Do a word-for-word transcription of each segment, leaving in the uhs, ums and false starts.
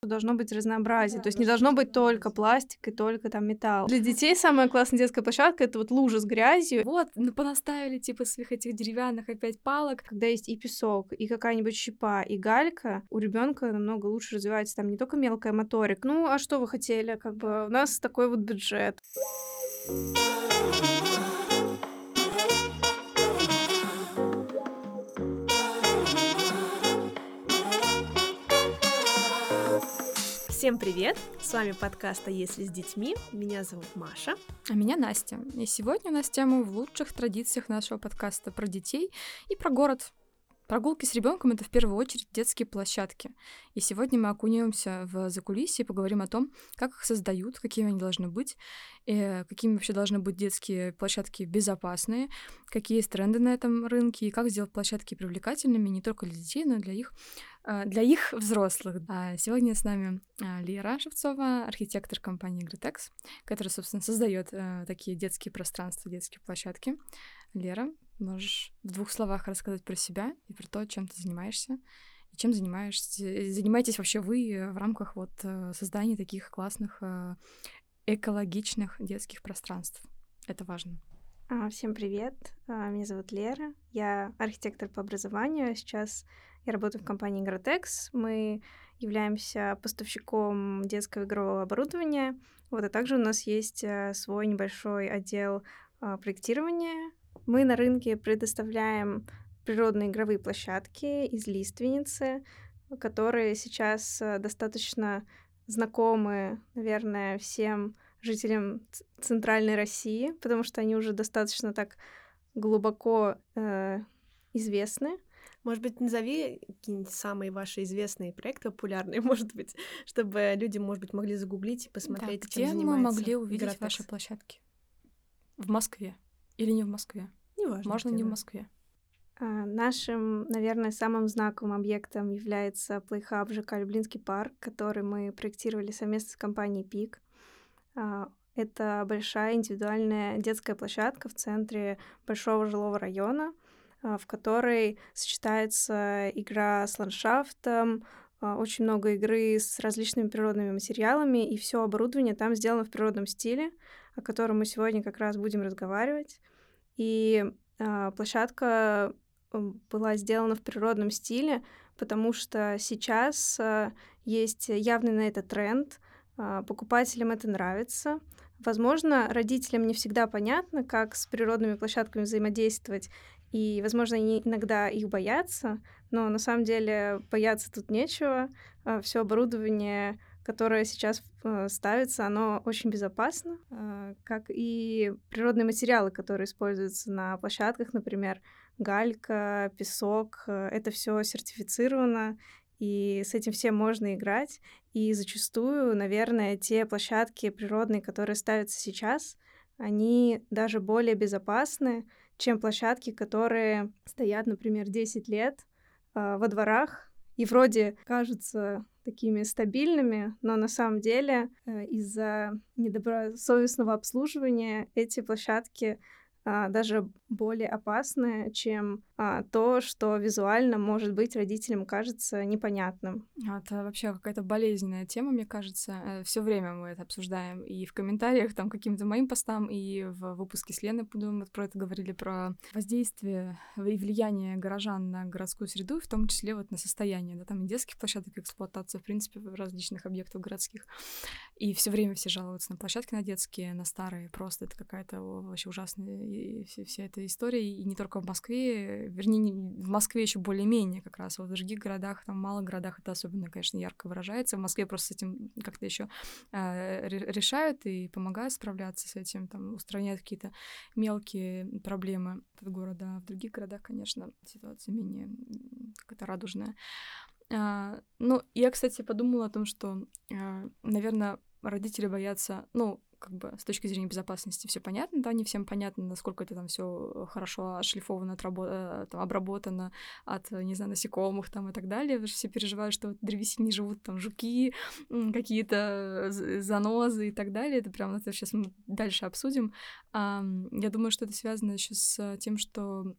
что должно быть разнообразие. Да, То есть не должно быть только пластик и только там металл. Для детей самая классная детская площадка — это вот лужа с грязью. Вот, ну понаставили типа своих этих деревянных опять палок. Когда есть и песок, и какая-нибудь щепа, и галька, у ребенка намного лучше развивается там не только мелкая моторика. Ну, а что вы хотели? Как бы у нас такой вот бюджет. Всем привет! С вами подкаст «А если с детьми?» Меня зовут Маша. А меня Настя. И сегодня у нас тема в лучших традициях нашего подкаста про детей и про город. Прогулки с ребенком — это в первую очередь детские площадки. И сегодня мы окунемся в закулисье и поговорим о том, как их создают, какими они должны быть, и какими вообще должны быть детские площадки безопасные, какие есть тренды на этом рынке, и как сделать площадки привлекательными не только для детей, но и для их, для их взрослых. А сегодня с нами Лера Шевцова, архитектор компании Гратекс, которая, собственно, создает такие детские пространства, детские площадки. Лера, можешь в двух словах рассказать про себя и про то, чем ты занимаешься, и чем занимаешься, занимаетесь вообще вы в рамках вот создания таких классных экологичных детских пространств. Это важно. Всем привет, меня зовут Лера, я архитектор по образованию, сейчас я работаю в компании Гратекс, мы являемся поставщиком детского игрового оборудования, вот, а также у нас есть свой небольшой отдел проектирования. Мы на рынке предоставляем природные игровые площадки из лиственницы, которые сейчас достаточно знакомы, наверное, всем жителям Центральной России, потому что они уже достаточно так глубоко э, известны. Может быть, назови какие-нибудь самые ваши известные проекты, популярные, может быть, чтобы люди, может быть, могли загуглить и посмотреть, да, чем где занимается мы могли увидеть Гратекс. Ваши площадки? В Москве или не в Москве? Неважно. Можно где, не да. в Москве. А, нашим, наверное, самым знаковым объектом является Playhub ЖК Люблинский парк, который мы проектировали совместно с компанией пик. А, это большая индивидуальная детская площадка в центре большого жилого района, а, в которой сочетается игра с ландшафтом, а, очень много игры с различными природными материалами, и все оборудование там сделано в природном стиле, о котором мы сегодня как раз будем разговаривать. И а, площадка была сделана в природном стиле, потому что сейчас а, есть явный на это тренд, а, покупателям это нравится. Возможно, родителям не всегда понятно, как с природными площадками взаимодействовать, и, возможно, они иногда их боятся, но на самом деле бояться тут нечего. А, все оборудование, которое сейчас э, ставится, оно очень безопасно, э, как и природные материалы, которые используются на площадках, например, галька, песок, э, это все сертифицировано, и с этим всем можно играть. И зачастую, наверное, те площадки природные, которые ставятся сейчас, они даже более безопасны, чем площадки, которые стоят, например, десять лет э, во дворах, и вроде кажутся такими стабильными, но на самом деле э, из-за недобросовестного обслуживания эти площадки а, даже более опасны, чем а, то, что визуально, может быть, родителям кажется непонятным. Это вообще какая-то болезненная тема, мне кажется. Все время мы это обсуждаем и в комментариях, там, каким-то моим постам, и в выпуске с Леной, мы про это говорили, про воздействие и влияние горожан на городскую среду, в том числе вот на состояние, да, там, и детских площадок, и эксплуатацию, в принципе, различных объектов городских. И все время все жалуются на площадки, на детские, на старые. Просто это какая-то вообще ужасная и вся, вся эта история. И не только в Москве, вернее, не, в Москве еще более-менее как раз. Вот в других городах, там, в малых городах это особенно, конечно, ярко выражается. В Москве просто с этим как-то еще э, решают и помогают справляться с этим, там, устраняют какие-то мелкие проблемы от города. А в других городах, конечно, ситуация менее какая-то радужная. А, ну, я, кстати, подумала о том, что, а, наверное, родители боятся, ну, как бы с точки зрения безопасности все понятно, да, не всем понятно, насколько это там все хорошо отшлифовано, отрабо- там, обработано от, не знаю, насекомых там и так далее. Вы же все переживают, что в древесине живут там жуки, какие-то занозы и так далее. Это прям, это сейчас мы дальше обсудим. А, я думаю, что это связано еще с тем, что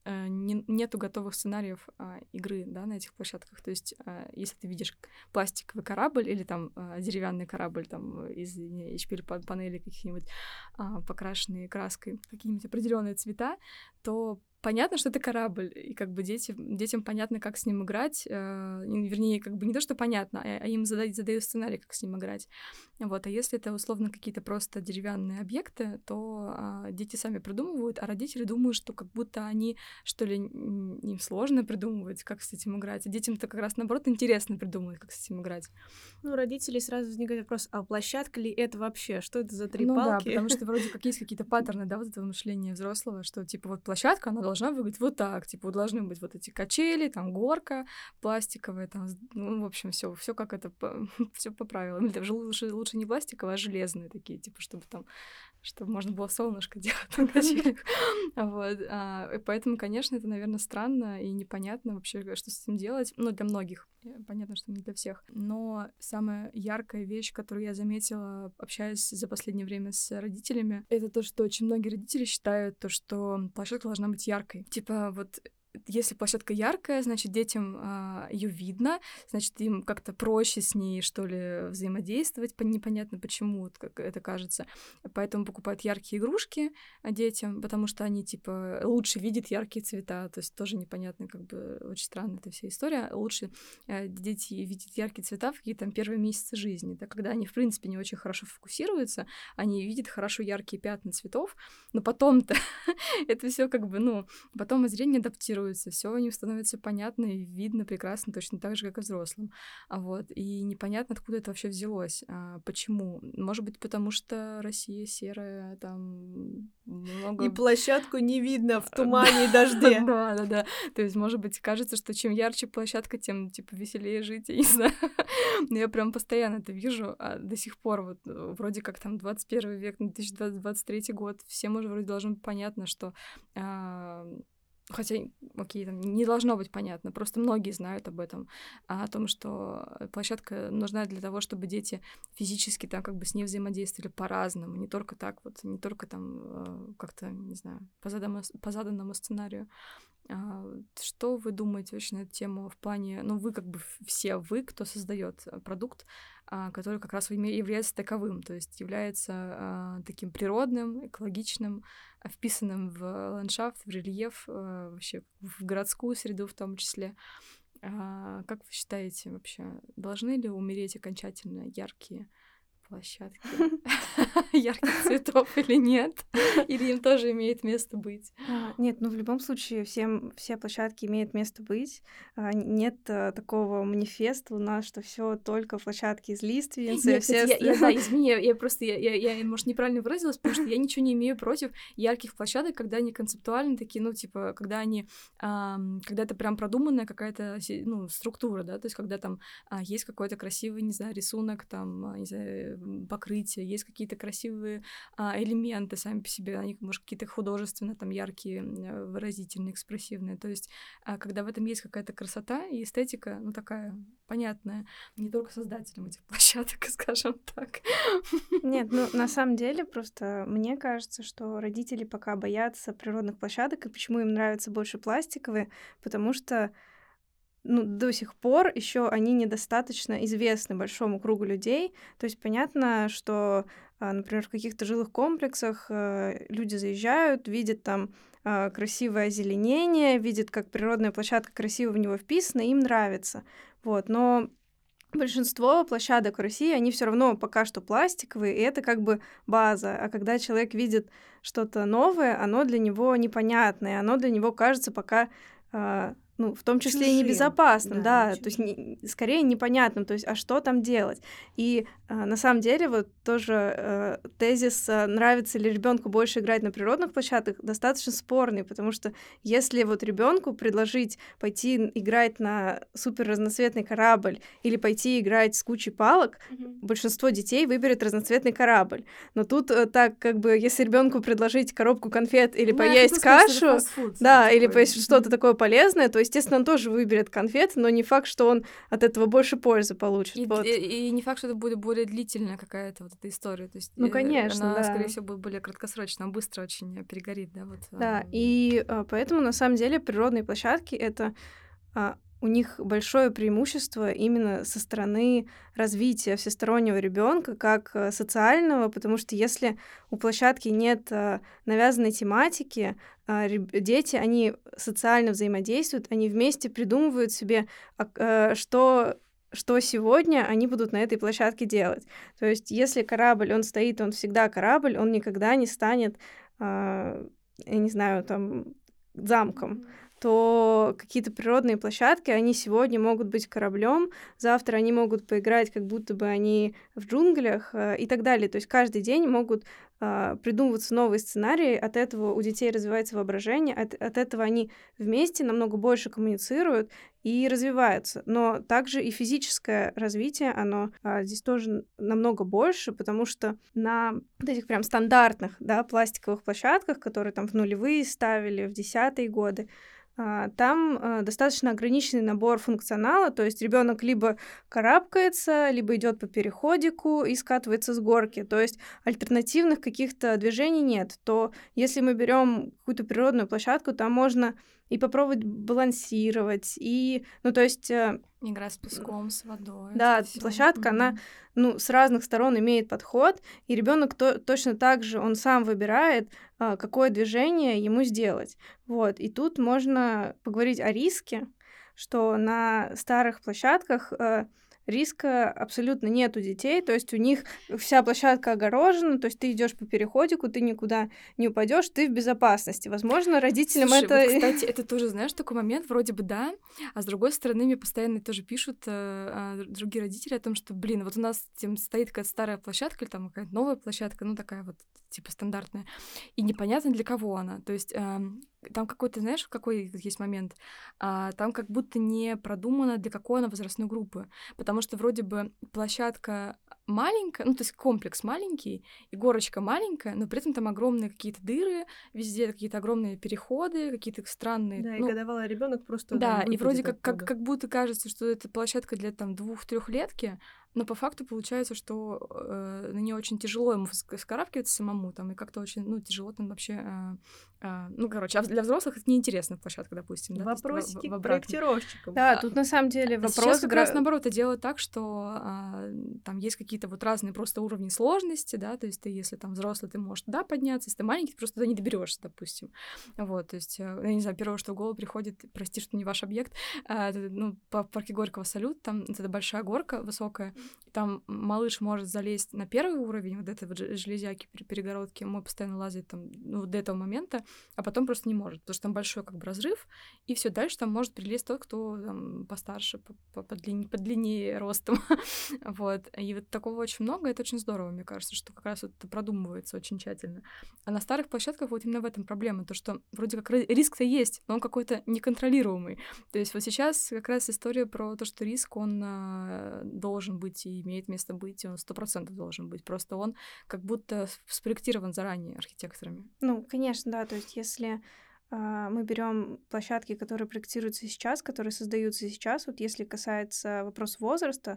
э, не, нету готовых сценариев э, игры, да, на этих площадках. То есть, э, если ты видишь пластиковый корабль или там э, деревянный корабль там из эйч пи-панелей каких-нибудь, э, покрашенные краской, какие-нибудь определенные цвета, то понятно, что это корабль, и как бы дети, детям понятно, как с ним играть, э, вернее, как бы не то, что понятно, а, а им задают, задают сценарий, как с ним играть. Вот, а если это условно какие-то просто деревянные объекты, то э, дети сами придумывают, а родители думают, что как будто они, что ли, им сложно придумывать, как с этим играть, а детям-то как раз, наоборот, интересно придумывать, как с этим играть. Ну, у родителей сразу возникает вопрос, а площадка ли это вообще? Что это за три ну, палки? Да, потому что вроде как есть какие-то паттерны, да, вот этого мышления взрослого, что, типа, вот площадка, она должна выглядеть вот так, типа, вот должны быть вот эти качели, там, горка пластиковая, там, ну, в общем, все, все как это, все по правилам. Или даже лучше, лучше не пластиковые, а железные такие, типа, чтобы там, чтобы можно было солнышко делать на качелях. Вот. А, поэтому, конечно, это, наверное, странно и непонятно вообще, что с этим делать. Ну, для многих. Понятно, что не для всех. Но самая яркая вещь, которую я заметила, общаясь за последнее время с родителями, это то, что очень многие родители считают то, что площадка должна быть яркой. Типа вот если площадка яркая, значит, детям а, ее видно, значит, им как-то проще с ней, что ли, взаимодействовать, непонятно почему, вот как это кажется. Поэтому покупают яркие игрушки детям, потому что они, типа, лучше видят яркие цвета, то есть тоже непонятно, как бы, очень странная эта вся история. Лучше а, дети видят яркие цвета в какие-то там первые месяцы жизни, да, когда они, в принципе, не очень хорошо фокусируются, они видят хорошо яркие пятна цветов, но потом-то это все как бы, ну, потом зрение адаптируется, все у них становится понятно и видно прекрасно, точно так же, как и взрослым. А вот, и непонятно, откуда это вообще взялось. А почему? Может быть, потому что Россия серая, там много... И площадку не видно в тумане и дожде. Да, да, да. То есть, может быть, кажется, что чем ярче площадка, тем, типа, веселее жить, я не знаю. Но я прям постоянно это вижу, а до сих пор вот вроде как там двадцать первый век, две тысячи двадцать третий год, всем уже вроде должно быть понятно, что... Хотя, окей, там не должно быть понятно, просто многие знают об этом, о том, что площадка нужна для того, чтобы дети физически там как бы с ней взаимодействовали по-разному, не только так вот, не только там как-то, не знаю, по заданному, по заданному сценарию. Что вы думаете вообще на эту тему в плане, ну, вы как бы все вы, кто создает продукт, который как раз является таковым, то есть является таким природным, экологичным, вписанным в ландшафт, в рельеф, вообще в городскую среду в том числе. Как вы считаете вообще, должны ли умереть окончательно яркие площадки ярких цветов или нет? Или им тоже имеет место быть? А, нет, ну в любом случае всем все площадки имеют место быть. А, нет а, такого манифеста у нас, что все только площадки из лиственницы. Нет, все... кстати, я, я, да, извини, я, я просто, я, я, я, может, неправильно выразилась, потому что я ничего не имею против ярких площадок, когда они концептуальны такие, ну, типа, когда они, а, когда это прям продуманная какая-то, ну, структура, да, то есть когда там а, есть какой-то красивый, не знаю, рисунок, там, не знаю, покрытие, есть какие-то красивые а, элементы сами по себе, они, может, какие-то художественно там яркие, выразительные, экспрессивные. То есть, а, когда в этом есть какая-то красота и эстетика, ну, такая понятная, не только создателям этих площадок, скажем так. Нет, ну, на самом деле, просто мне кажется, что родители пока боятся природных площадок, и почему им нравятся больше пластиковые, потому что ну, до сих пор еще они недостаточно известны большому кругу людей. То есть понятно, что, например, в каких-то жилых комплексах люди заезжают, видят там красивое озеленение, видят, как природная площадка красиво в него вписана, им нравится. Вот, но большинство площадок в России, они все равно пока что пластиковые, и это как бы база. А когда человек видит что-то новое, оно для него непонятное, оно для него кажется пока... ну, в том числе чужим. И небезопасным, да, да то есть не, скорее непонятным, то есть, а что там делать? И а, на самом деле вот тоже а, тезис а, нравится ли ребенку больше играть на природных площадках достаточно спорный, потому что если вот ребенку предложить пойти играть на супер разноцветный корабль или пойти играть с кучей палок, mm-hmm. большинство детей выберет разноцветный корабль. Но тут а, так как бы, если ребенку предложить коробку конфет или ну, поесть кашу, сказать, да, или поесть mm-hmm. что-то такое полезное, то естественно, он тоже выберет конфеты, но не факт, что он от этого больше пользы получит. И, вот. и, и не факт, что это будет более длительная какая-то вот эта история. То есть ну, конечно, она, да. скорее всего, будет более краткосрочная, она быстро очень перегорит, да, вот. Да, и а, поэтому, на самом деле, природные площадки — это... А, у них большое преимущество именно со стороны развития всестороннего ребенка как э, социального, потому что если у площадки нет э, навязанной тематики, э, реб- дети, они социально взаимодействуют, они вместе придумывают себе, а, э, что что сегодня они будут на этой площадке делать. То есть если корабль, он стоит, он всегда корабль, он никогда не станет, э, я не знаю, там, замком, то какие-то природные площадки, они сегодня могут быть кораблем, завтра они могут поиграть, как будто бы они в джунглях э, и так далее. То есть каждый день могут э, придумываться новые сценарии, от этого у детей развивается воображение, от, от этого они вместе намного больше коммуницируют и развиваются. Но также и физическое развитие, оно а, здесь тоже намного больше, потому что на вот этих прям стандартных, да, пластиковых площадках, которые там в нулевые ставили, в десятые годы, а, там а, достаточно ограниченный набор функционала, то есть ребенок либо карабкается, либо идет по переходику и скатывается с горки, то есть альтернативных каких-то движений нет. То если мы берем какую-то природную площадку, там можно и попробовать балансировать, и, ну, то есть... э, Игра с песком, с водой. Да, это всё. площадка, Мгм. она, ну, с разных сторон имеет подход, и ребенок то, точно так же, он сам выбирает, а, какое движение ему сделать. Вот, и тут можно поговорить о риске, что на старых площадках э, риска абсолютно нет у детей, то есть у них вся площадка огорожена, то есть ты идешь по переходику, ты никуда не упадешь, ты в безопасности. Возможно, родителям Слушай, это... вот, кстати, это тоже, знаешь, такой момент, вроде бы да, а с другой стороны, мне постоянно тоже пишут э, а, другие родители о том, что, блин, вот у нас тем стоит какая-то старая площадка или там какая-то новая площадка, ну такая вот, типа стандартная, и непонятно для кого она. То есть эм, там какой-то, знаешь, какой есть момент, а, там как будто не продумано, для какой она возрастной группы, потому что вроде бы площадка маленькая, ну то есть комплекс маленький, и горочка маленькая, но при этом там огромные какие-то дыры, везде какие-то огромные переходы, какие-то странные... Да, и ну, годовалый ребенок просто да, там и вроде выпадет как, как, оттуда. как будто кажется, что это площадка для там двух-трехлетки, но по факту получается, что э, на нее очень тяжело ему вс- вскарабкиваться самому, там, и как-то очень, ну, тяжело там вообще... э, э, ну, короче, а для взрослых это неинтересная площадка, допустим, да? то есть в- Вопросики в- в к обратном. проектировщикам. Да, тут на самом деле А сейчас вопрос... как гра- раз наоборот, это делают так, что а, там есть какие-то вот разные просто уровни сложности, да, то есть ты, если там взрослый, ты можешь туда подняться, если ты маленький, ты просто туда не доберешься, допустим. Вот, то есть, э, я не знаю, первое, что в голову приходит, прости, что не ваш объект, а, это, ну, по парке Горького салют, там вот эта большая горка высокая, там малыш может залезть на первый уровень вот этой вот же- железяки, пер- перегородки, мой постоянно лазит там, ну, до этого момента, а потом просто не может, потому что там большой как бы разрыв, и все дальше там может прилезть тот, кто там, постарше, по- по- подлиннее, подлиннее ростом. Вот. И вот такого очень много, это очень здорово, мне кажется, что как раз это продумывается очень тщательно. А на старых площадках вот именно в этом проблема, то, что вроде как ри- риск-то есть, но он какой-то неконтролируемый. То есть вот сейчас как раз история про то, что риск, он а, должен быть и имеет место быть, и он сто процентов должен быть. Просто он как будто с- спроектирован заранее архитекторами. Ну, конечно, да. То есть, если а, мы берем площадки, которые проектируются сейчас, которые создаются сейчас, вот если касается вопроса возраста,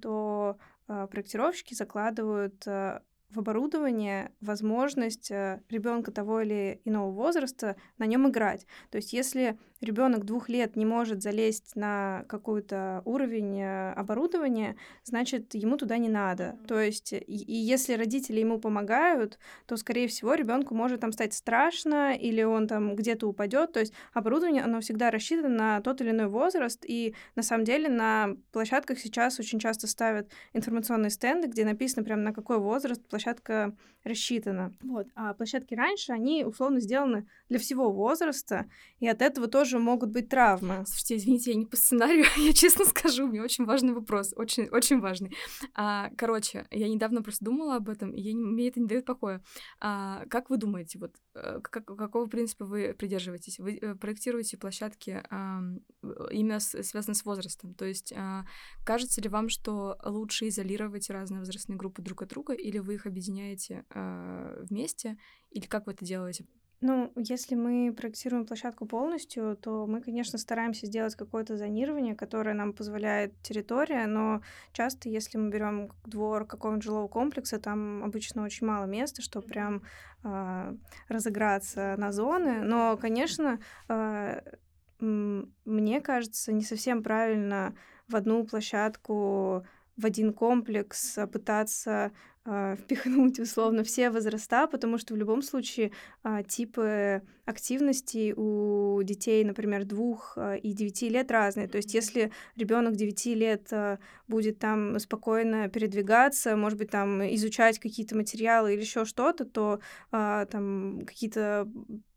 то а, проектировщики закладывают а, в оборудование возможность ребенка того или иного возраста на нем играть. То есть, если ребенок двух лет не может залезть на какой-то уровень а, оборудования, значит, ему туда не надо. То есть, и, и если родители ему помогают, то, скорее всего, ребенку может там стать страшно, или он там где-то упадет. То есть оборудование, оно всегда рассчитано на тот или иной возраст, и на самом деле на площадках сейчас очень часто ставят информационные стенды, где написано прямо на какой возраст площадка рассчитана. Вот. А площадки раньше, они условно сделаны для всего возраста, и от этого тоже могут быть травмы. Слушайте, извините, я не по сценарию, я честно скажу, у меня очень важный вопрос, очень, очень важный. А, короче, я недавно просто думала об этом, и я не, мне это не дает покоя. А, как вы думаете, вот э, как, какого принципа вы придерживаетесь? Вы э, проектируете площадки а, именно с, связанные с возрастом? То есть а, кажется ли вам, что лучше изолировать разные возрастные группы друг от друга, или вы их объединяете а, вместе, или как вы это делаете? Ну, если мы проектируем площадку полностью, то мы, конечно, стараемся сделать какое-то зонирование, которое нам позволяет территория, но часто, если мы берем двор какого-нибудь жилого комплекса, там обычно очень мало места, чтобы прям а, разыграться на зоны. Но, конечно, а, м, мне кажется, не совсем правильно в одну площадку, в один комплекс а, пытаться а, впихнуть условно все возраста, потому что в любом случае а, типы активностей у детей, например, двух а, и девяти лет разные. То есть если ребенок девяти лет а, будет там спокойно передвигаться, может быть, там изучать какие-то материалы или еще что-то, то а, там какие-то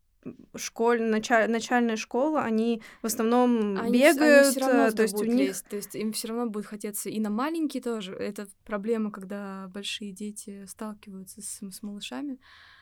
школь, началь, начальная школа, они в основном Они, вс- они все бегают, равно э, то туда есть у будут них лезть, то есть им все равно будет хотеться и на маленькие тоже. Это проблема, когда большие дети сталкиваются с, с малышами.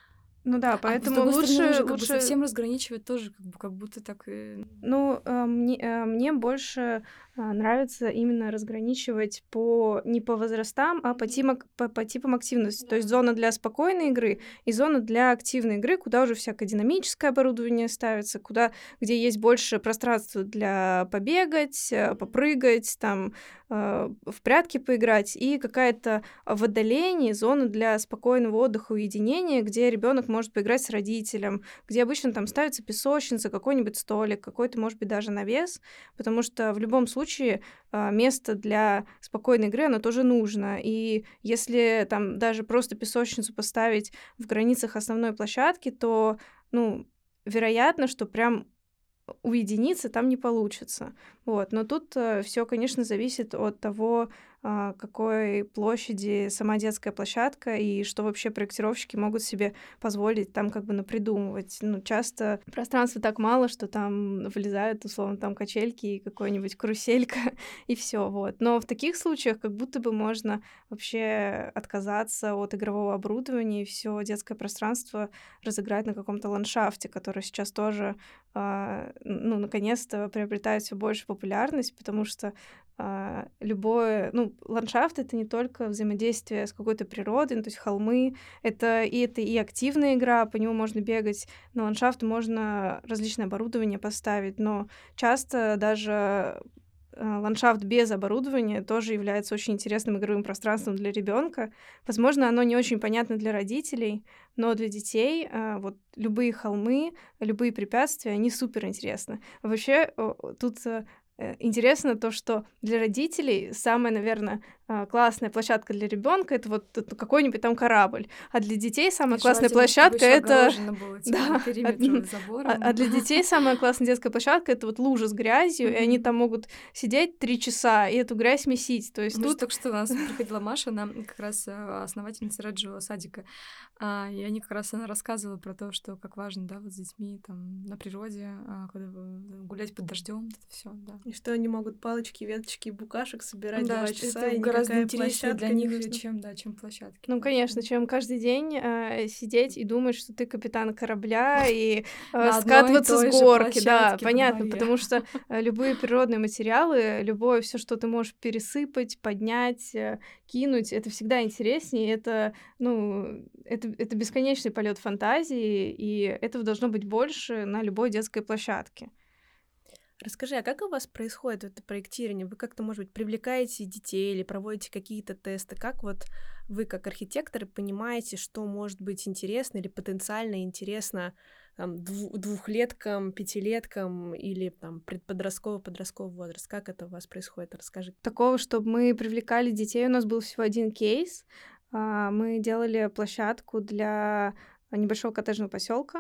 ну да, А с поэтому другой стороны, лучше, уже как бы лучше совсем разграничивать тоже, как, бы, как будто так... э, Ну, э, мне, э, мне больше а, нравится именно разграничивать по не по возрастам, а по, тимак- по, по типам активности. То есть зона для спокойной игры и зона для активной игры, куда уже всякое динамическое оборудование ставится, куда, где есть больше пространства для побегать, э, попрыгать, там, э, в прятки поиграть, и какая-то в отдалении зона для спокойного отдыха, уединения, где ребенок может поиграть с родителем, где обычно там ставится песочница, какой-нибудь столик, какой-то, может быть, даже навес, потому что в любом случае а, место для спокойной игры, оно тоже нужно. И если там даже просто песочницу поставить в границах основной площадки, то, ну, вероятно, что прям уединиться там не получится. Вот. Но тут все, конечно, зависит от того, а, какой площади сама детская площадка и что вообще проектировщики могут себе позволить там как бы напридумывать. Ну, часто пространства так мало, что там влезают, условно, там качельки и какой-нибудь каруселька, и все, вот. Но в таких случаях как будто бы можно вообще отказаться от игрового оборудования и все детское пространство разыграть на каком-то ландшафте, который сейчас тоже а, ну, наконец-то приобретает все больше популярность, потому что а, любое, ну, ландшафт — это не только взаимодействие с какой-то природой, ну, то есть холмы, это и это и активная игра, по нему можно бегать, на ландшафт можно различное оборудование поставить, но часто даже а, ландшафт без оборудования тоже является очень интересным игровым пространством для ребенка. Возможно, оно не очень понятно для родителей, но для детей а, вот любые холмы, любые препятствия, они супер интересны. Вообще, о, о, тут э, э, интересно то, что для родителей самая, наверное, классная площадка для ребенка это вот т- какой-нибудь там корабль, а для детей самая И классная желательно, чтобы площадка еще это огорожено было, типа, по да, а, периметру а а забором. для детей самая классная детская площадка это вот лужа с грязью, и они Мгм. там могут сидеть три часа и эту грязь месить. То есть Мы же тут только что у нас приходила Маша, она как раз э, основательница Реджио садика, а, и они как раз она рассказывала про то, что как важно, да, вот с детьми там на природе, а, когда вы- гулять под дождем, это все, да. И что они могут палочки, веточки и букашек собирать Да, два что часа, это и гораздо никакая интереснее для площадка не них, нужна. чем, да, чем площадки. Ну, Так что конечно, чем каждый день э, сидеть и думать, что ты капитан корабля, и э, на одной и скатываться с той же горки, да, площадке во понятно, дворе. потому что э, любые природные материалы, любое все, что ты можешь пересыпать, поднять, э, кинуть, это всегда интереснее, это, ну, это, это бесконечный полет фантазии, и этого должно быть больше на любой детской площадке. Расскажи, а как у вас происходит это проектирование? Вы как-то, может быть, привлекаете детей или проводите какие-то тесты? Как вот вы, как архитекторы, понимаете, что может быть интересно или потенциально интересно там, дву- двухлеткам, пятилеткам или там предподростковый, подростковый возраст? Как это у вас происходит? Расскажи. Такого, чтобы мы привлекали детей, у нас был всего один кейс. А, Мы делали площадку для небольшого коттеджного поселка,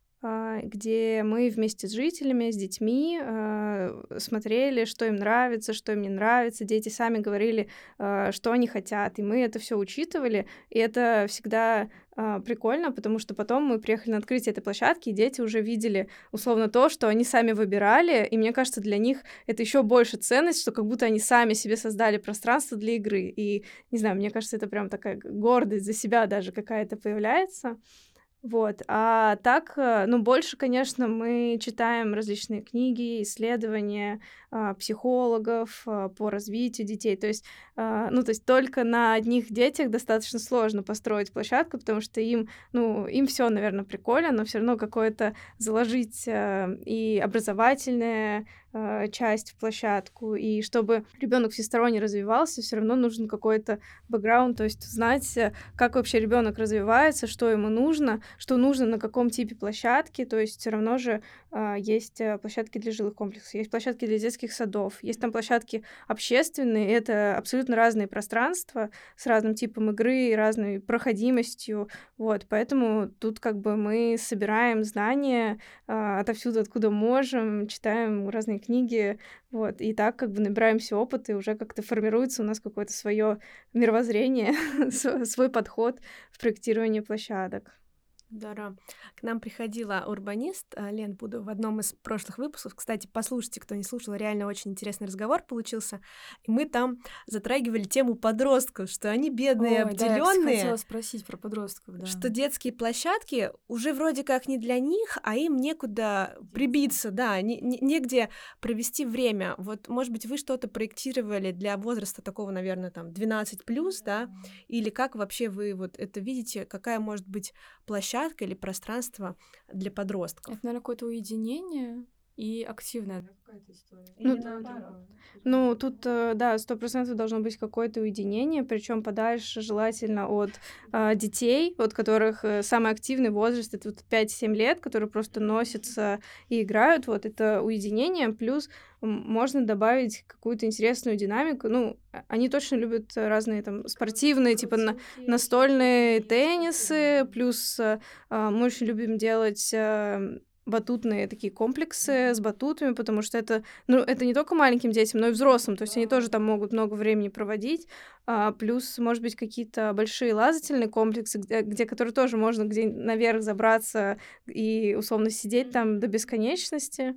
а, где мы вместе с жителями, с детьми а, смотрели, что им нравится, что им не нравится. Дети сами говорили, а, что они хотят, и мы это все учитывали. И это всегда а, прикольно, потому что потом мы приехали на открытие этой площадки, и дети уже видели условно то, что они сами выбирали. И мне кажется, для них это еще больше ценность, что как будто они сами себе создали пространство для игры. И не знаю, мне кажется, это прям такая гордость за себя даже какая-то появляется. Вот. А так, э, ну, больше, конечно, мы читаем различные книги, исследования а, психологов а, по развитию детей. То есть, а, ну, то есть только на одних детях достаточно сложно построить площадку, потому что им, ну, им все, наверное, прикольно, но все равно какое-то заложить а, и образовательное а, часть в площадку, и чтобы ребенок всесторонне развивался, все равно нужен какой-то бэкграунд, то есть знать, э, как вообще ребенок развивается, что ему нужно, что нужно на каком типе площадки. То есть все равно же а, есть а, площадки для жилых комплексов, есть площадки для детских садов, есть там площадки общественные. Это абсолютно разные пространства с разным типом игры и разной проходимостью. Вот, поэтому тут как бы мы собираем знания а, отовсюду, откуда можем, читаем разные книги, вот, и так как бы набираемся опыта, и уже как-то формируется у нас какое-то свое мировоззрение, св- свой подход в проектировании площадок. Здорово. К нам приходила урбанист а, Лен Пудова в одном из прошлых выпусков. Кстати, послушайте, кто не слушал, реально очень интересный разговор получился. И мы там затрагивали тему подростков, что они бедные, Ой, да, я, кстати, обделенные, хотела спросить про подростков, да. что детские площадки уже вроде как не для них, а им некуда прибиться, да, не- не- негде провести время. Вот, может быть, вы что-то проектировали для возраста такого, наверное, там двенадцать плюс, да? Или как вообще вы вот это видите, какая может быть площадка или пространство для подростков? Это, наверное, какое-то уединение и активная, да, какая-то история. Ну, Или да, наоборот. Ну, тут, э, да, сто процентов должно быть какое-то уединение, причем подальше желательно от а, детей, от которых э, самый активный возраст — это вот пять-семь лет, которые просто носятся и играют. Вот это уединение, плюс м, можно добавить какую-то интересную динамику. Ну, а- они точно любят э, разные там спортивные, типа на- настольные теннисы, плюс э, а, мы очень любим делать э, батутные такие комплексы с батутами, потому что это ну, это не только маленьким детям, но и взрослым, то есть они тоже там могут много времени проводить. А, плюс, может быть, какие-то большие лазательные комплексы, где, где которые тоже можно где наверх забраться и условно сидеть там до бесконечности.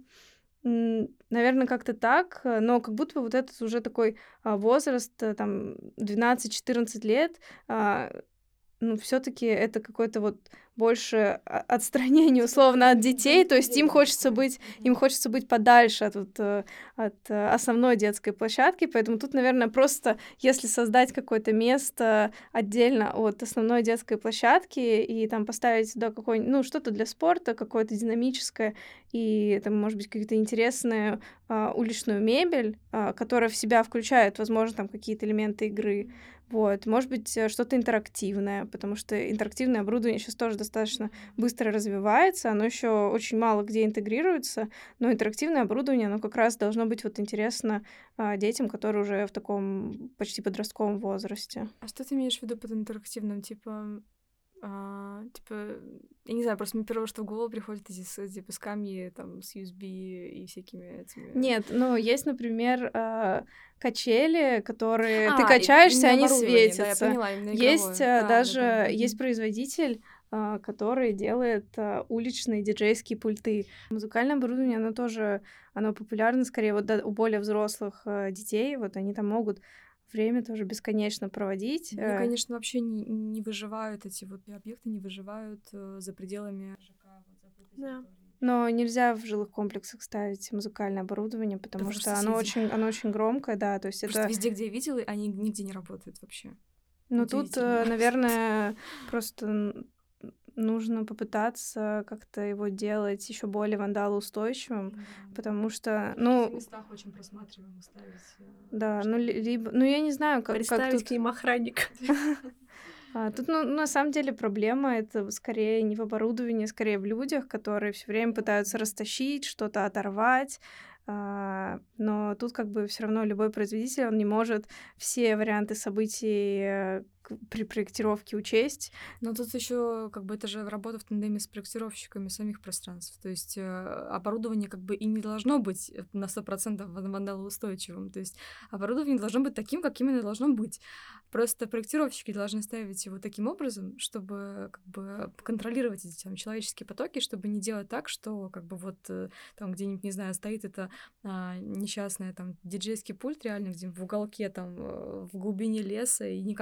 Наверное, как-то так, э, но как будто бы вот этот уже такой а, возраст, э, там, двенадцать-четырнадцать лет, а, ну, все таки это какой-то вот больше о отстранение условно от детей. То есть им хочется быть им хочется быть подальше от вот, э, от, э, основной детской площадки. Поэтому тут, наверное, просто если создать какое-то место отдельно от основной детской площадки и там поставить туда какое-нибудь, ну, что-то для спорта, какое-то динамическое, и там, может быть, какую-то интересную, а, уличную мебель, а, которая в себя включает, возможно, там какие-то элементы игры. Вот, может быть, э, что-то интерактивное, потому что интерактивное оборудование сейчас тоже достаточно быстро развивается, оно еще очень мало где интегрируется, но интерактивное оборудование, оно как раз должно быть вот интересно а, детям, которые уже в таком почти подростковом возрасте. А что ты имеешь в виду под интерактивным? Типа, а, типа, я не знаю, просто мне первое, что в голову приходит, эти с- типа с камни, там, с ю эс би и всякими этими... Нет, ну, есть, например, а, качели, которые ты А, и качаешься, именно они оборудование, да, я светятся. поняла, именно Есть игровое. а, Да, да, даже да. есть Мгм. производитель, а, который делает а, уличные диджейские пульты. Музыкальное оборудование, оно тоже, оно популярно скорее вот да- у более взрослых а, детей, вот они там могут время тоже бесконечно проводить. Мне, э, конечно, вообще не, не выживают эти вот объекты, не выживают э, за пределами ЖК, вот закрытой Да. территории. Но нельзя в жилых комплексах ставить музыкальное оборудование, потому Потому что что оно соседи. очень, оно очень громкое, да, то есть Просто это везде, где я видела, они нигде не работают вообще. Ну, тут, Удивительно. э, наверное, просто н- нужно попытаться как-то его делать еще более вандалоустойчивым, потому что, В ну, местах очень просматриваемо ставить. да, ну, ли- либо, ну, я не знаю, как, как Представить тут. к ним охранника. А, тут, ну, на самом деле проблема это скорее не в оборудовании, скорее в людях, которые все время пытаются растащить, что-то оторвать. А, но тут как бы все равно любой производитель, он не может все варианты событий э, к- при проектировке учесть. Но тут еще как бы это же работа в тандеме с проектировщиками самих пространств. То есть э, оборудование как бы и не должно быть э, на сто процентов ван- вандалоустойчивым. То есть оборудование должно быть таким, каким оно должно быть. Просто проектировщики должны ставить его таким образом, чтобы как бы контролировать эти там, человеческие потоки, чтобы не делать так, что как бы вот э, там где-нибудь, не знаю, стоит это а, несчастный там диджейский пульт реально где в уголке там э, в глубине леса и никак вообще нигде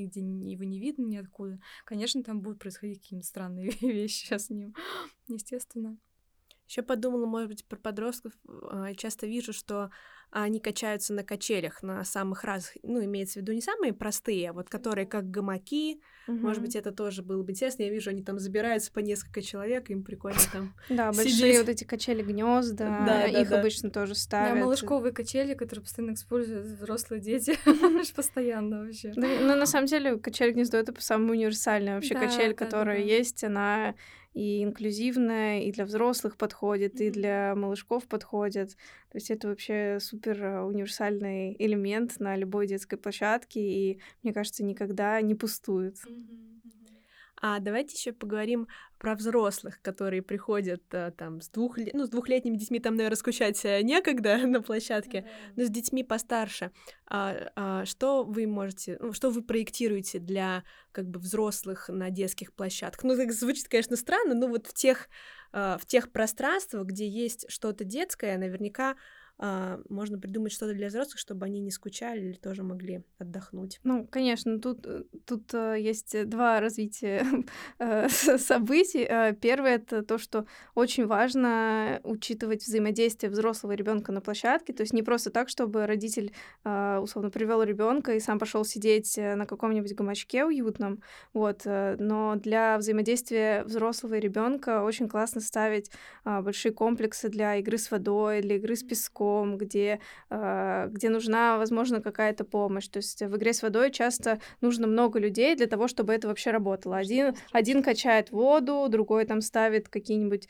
где его не видно ниоткуда, конечно, там будут происходить какие-то странные вещи с ним, естественно. Еще подумала, может быть, про подростков. А, Часто вижу, что они качаются на качелях, на самых разных, ну, имеется в виду не самые простые, а вот которые как гамаки. Может быть, Мгм. это тоже было бы интересно. Я вижу, они там забираются по несколько человек, им прикольно там Да, большие сидеть. вот эти качели гнезда, Да, да, их да. обычно тоже Да, ставят. малышковые качели, которые постоянно используют взрослые дети, постоянно вообще. Да, ну, на самом деле, качель гнездо — это самая универсальная вообще Да, качель, да, да, которая да. есть. Она и инклюзивная, и для взрослых подходит, и Мгм. для малышков подходит. То есть это вообще супер э, универсальный элемент на любой детской площадке, и, мне кажется, никогда не пустует. Мгм, мгм. А давайте еще поговорим про взрослых, которые приходят а, там с двух, ле- ну, с двухлетними детьми там, наверное, скучать э, некогда на площадке, но с детьми постарше. А, а, что вы можете, ну, что вы проектируете для как бы взрослых на детских площадках? Ну, так звучит, конечно, странно, но вот в тех, а, в тех пространствах, где есть что-то детское, наверняка а, можно придумать что-то для взрослых, чтобы они не скучали или тоже могли отдохнуть. Ну, конечно, тут, э, тут э, есть э, два развития э, с- событий. Э, Первое — это то, что очень важно учитывать взаимодействие взрослого ребенка на площадке. То есть не просто так, чтобы родитель, а, условно, привел ребенка и сам пошел сидеть э, на каком-нибудь гамачке уютном. Вот. э, Но для взаимодействия взрослого и ребенка очень классно ставить а, большие комплексы для игры с водой, для игры с песком, где а, где нужна, возможно, какая-то помощь. То есть в игре с водой часто нужно много людей для того, чтобы это вообще работало. Один, один качает воду, другой там ставит какие-нибудь